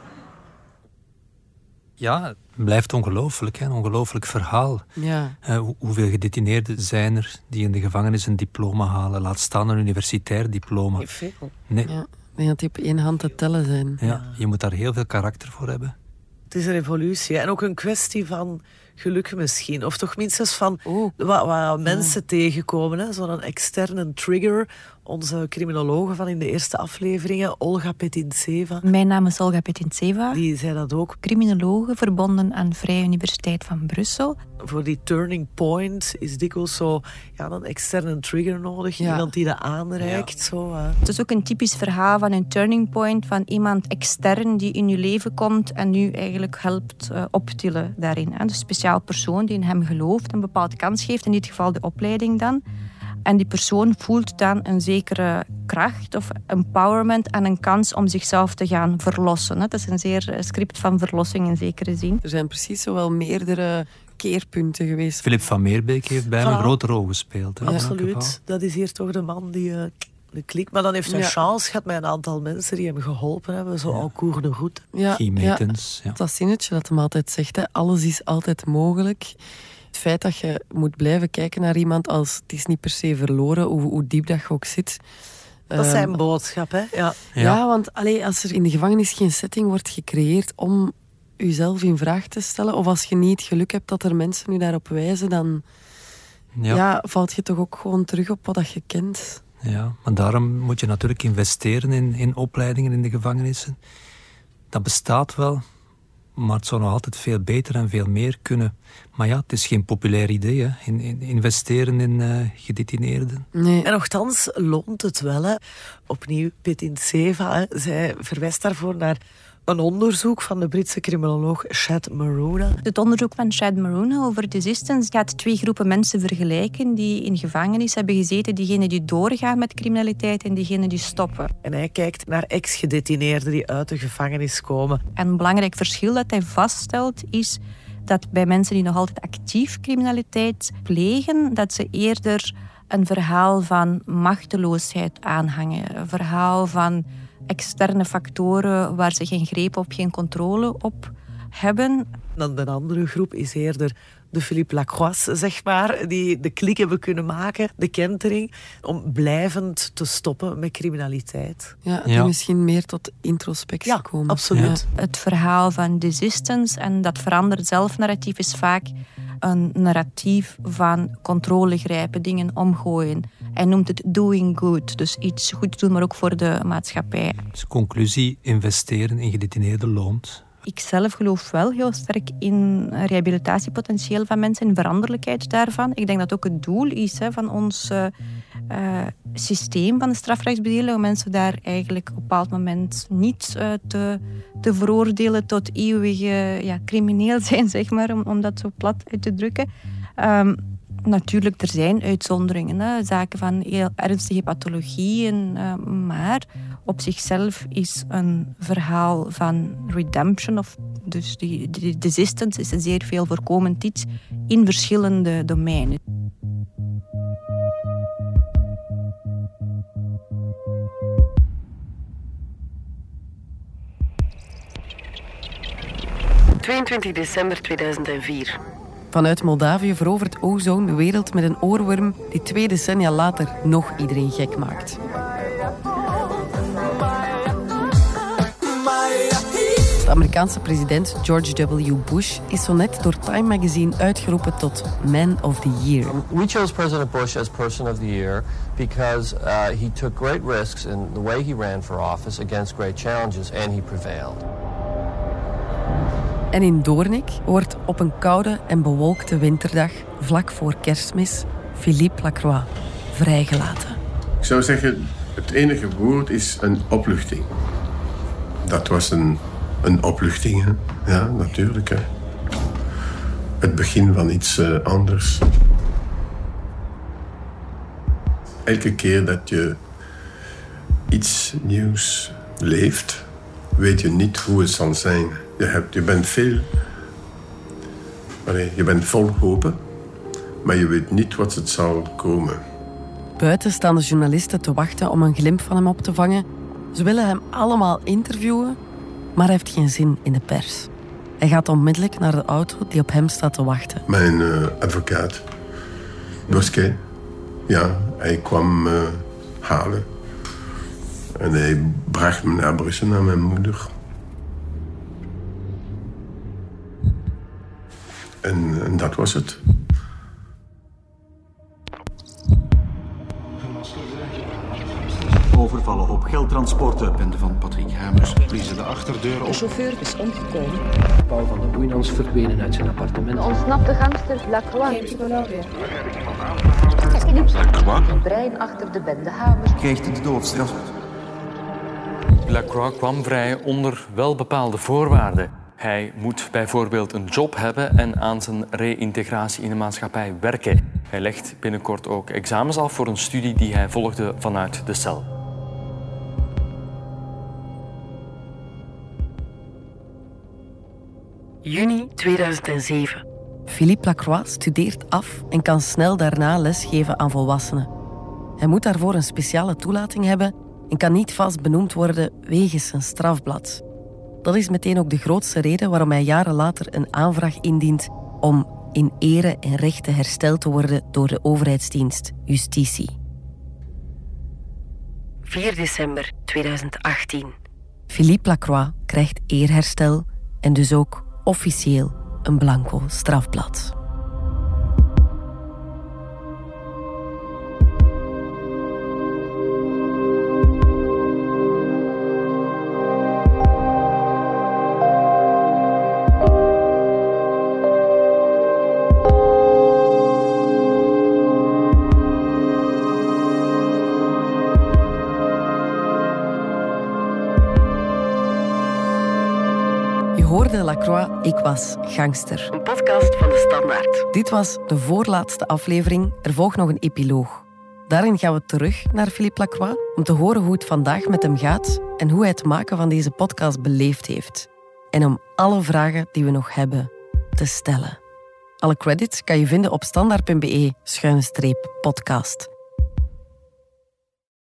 Ja, het blijft ongelooflijk, hè? Een ongelooflijk verhaal. Ja. Uh, hoe, hoeveel gedetineerden zijn er die in de gevangenis een diploma halen? Laat staan een universitair diploma. Niet veel. Nee. Ja, ik denk dat die op één hand te tellen zijn. Ja, ja, je moet daar heel veel karakter voor hebben. Het is een evolutie en ook een kwestie van geluk misschien. Of toch minstens van oh. wat, wat mensen oh. tegenkomen. Zo'n externe trigger. Onze criminologe van in de eerste afleveringen, Olga Petintseva. Mijn naam is Olga Petintseva. Die zei dat ook. Criminologe verbonden aan Vrije Universiteit van Brussel. Voor die turning point is dikwijls zo ja, een externe trigger nodig. Ja. Iemand die dat aanreikt. Ja. Zo, uh. Het is ook een typisch verhaal van een turning point. Van iemand extern die in je leven komt en nu eigenlijk helpt uh, optillen daarin. Hè. Dus een speciaal persoon die in hem gelooft, een bepaalde kans geeft. In dit geval de opleiding dan. En die persoon voelt dan een zekere kracht of empowerment en een kans om zichzelf te gaan verlossen. Het is een zeer script van verlossing in zekere zin. Er zijn precies zo wel meerdere keerpunten geweest. Philip van Meerbeek heeft bij hem een grote rol gespeeld. Hè, absoluut. Dat is hier toch de man die uh, de klik. Maar dan heeft hij ja. een chance gehad met een aantal mensen die hem geholpen hebben. Zo al Cour de Route. Ja, Guy Meetens. Ja. Ja. Dat zinnetje dat hem altijd zegt. Hè. Alles is altijd mogelijk. Het feit dat je moet blijven kijken naar iemand als het is niet per se verloren, hoe, hoe diep dat je ook zit. Dat is zijn um, boodschap, hè? Ja, ja. ja want allee, als er in de gevangenis geen setting wordt gecreëerd om jezelf in vraag te stellen, of als je niet het geluk hebt dat er mensen nu daarop wijzen, dan ja. Ja, valt je toch ook gewoon terug op wat je kent. Ja, maar daarom moet je natuurlijk investeren in, in opleidingen in de gevangenissen. Dat bestaat wel. Maar het zou nog altijd veel beter en veel meer kunnen. Maar ja, het is geen populair idee, hè? In, in, investeren in uh, gedetineerden. Nee. En nochtans loont het wel. Hè? Opnieuw, Petintseva, hè? Zij verwijst daarvoor naar een onderzoek van de Britse criminoloog Chad Maruna. Het onderzoek van Chad Maruna over desistance gaat twee groepen mensen vergelijken die in gevangenis hebben gezeten. Diegenen die doorgaan met criminaliteit en diegenen die stoppen. En hij kijkt naar ex-gedetineerden die uit de gevangenis komen. En een belangrijk verschil dat hij vaststelt is dat bij mensen die nog altijd actief criminaliteit plegen, dat ze eerder een verhaal van machteloosheid aanhangen. Een verhaal van externe factoren waar ze geen greep op, geen controle op hebben. Dan de andere groep is eerder de Philippe Lacroix, zeg maar, die de klik hebben kunnen maken, de kentering, om blijvend te stoppen met criminaliteit. Ja, die ja. misschien meer tot introspectie ja, komen. Absoluut. Ja. Het verhaal van desistance en dat veranderd zelfnarratief is vaak een narratief van controle grijpen, dingen omgooien. Hij noemt het doing good, dus iets goed doen, maar ook voor de maatschappij. Dus conclusie, investeren in gedetineerden loont. Ik zelf geloof wel heel sterk in rehabilitatiepotentieel van mensen, in veranderlijkheid daarvan. Ik denk dat ook het doel is hè, van ons uh, uh, systeem van de strafrechtsbedeling, om mensen daar eigenlijk op een bepaald moment niet uh, te, te veroordelen tot eeuwige ja, crimineel zijn, zeg maar, om, om dat zo plat uit te drukken. Um, Natuurlijk, er zijn uitzonderingen, hè, zaken van heel ernstige pathologieën, uh, maar op zichzelf is een verhaal van redemption, of dus die, die desistance, is een zeer veel voorkomend iets in verschillende domeinen. tweeëntwintig december tweeduizend vier. Vanuit Moldavië verovert Ozone de wereld met een oorworm die twee decennia later nog iedereen gek maakt. De Amerikaanse president George W. Bush is zo net door Time magazine uitgeroepen tot Man of the Year. We chose President Bush as Person of the Year because uh, he took great risks in the way he ran for office against great challenges and he prevailed. En in Doornik wordt op een koude en bewolkte winterdag, vlak voor Kerstmis, Philippe Lacroix vrijgelaten. Ik zou zeggen, het enige woord is een opluchting. Dat was een, een opluchting, hè? Ja, natuurlijk. Hè? Het begin van iets uh, anders. Elke keer dat je iets nieuws leeft, weet je niet hoe het zal zijn. Je, hebt, je bent veel... Allee, je bent vol hopen, maar je weet niet wat het zal komen. Buiten staan de journalisten te wachten om een glimp van hem op te vangen. Ze willen hem allemaal interviewen, maar hij heeft geen zin in de pers. Hij gaat onmiddellijk naar de auto die op hem staat te wachten. Mijn uh, advocaat, Bosquet, ja, hij kwam uh, halen. En hij bracht me naar Brussel, naar mijn moeder. En, en dat was het. Overvallen op geldtransporten. Bende van Patrick Hamers bliezen de achterdeur op. De chauffeur is omgekomen. Paul van de Boeinans verdwenen uit zijn appartement. Ontsnapte gangster Lacroix. Lacroix Het brein achter de bende Hamers krijgt de doodstraf. Lacroix kwam vrij onder wel bepaalde voorwaarden. Hij moet bijvoorbeeld een job hebben en aan zijn reïntegratie in de maatschappij werken. Hij legt binnenkort ook examens af voor een studie die hij volgde vanuit de cel. juni tweeduizend zeven. Philippe Lacroix studeert af en kan snel daarna lesgeven aan volwassenen. Hij moet daarvoor een speciale toelating hebben en kan niet vast benoemd worden wegens zijn strafblad. Dat is meteen ook de grootste reden waarom hij jaren later een aanvraag indient om in ere en rechten hersteld te worden door de overheidsdienst Justitie. vier december tweeduizend achttien. Philippe Lacroix krijgt eerherstel en dus ook officieel een blanco strafblad. Hoorde Lacroix, ik was gangster. Een podcast van de Standaard. Dit was de voorlaatste aflevering. Er volgt nog een epiloog. Daarin gaan we terug naar Philippe Lacroix om te horen hoe het vandaag met hem gaat en hoe hij het maken van deze podcast beleefd heeft. En om alle vragen die we nog hebben te stellen. Alle credits kan je vinden op standaard punt be schuine streep podcast.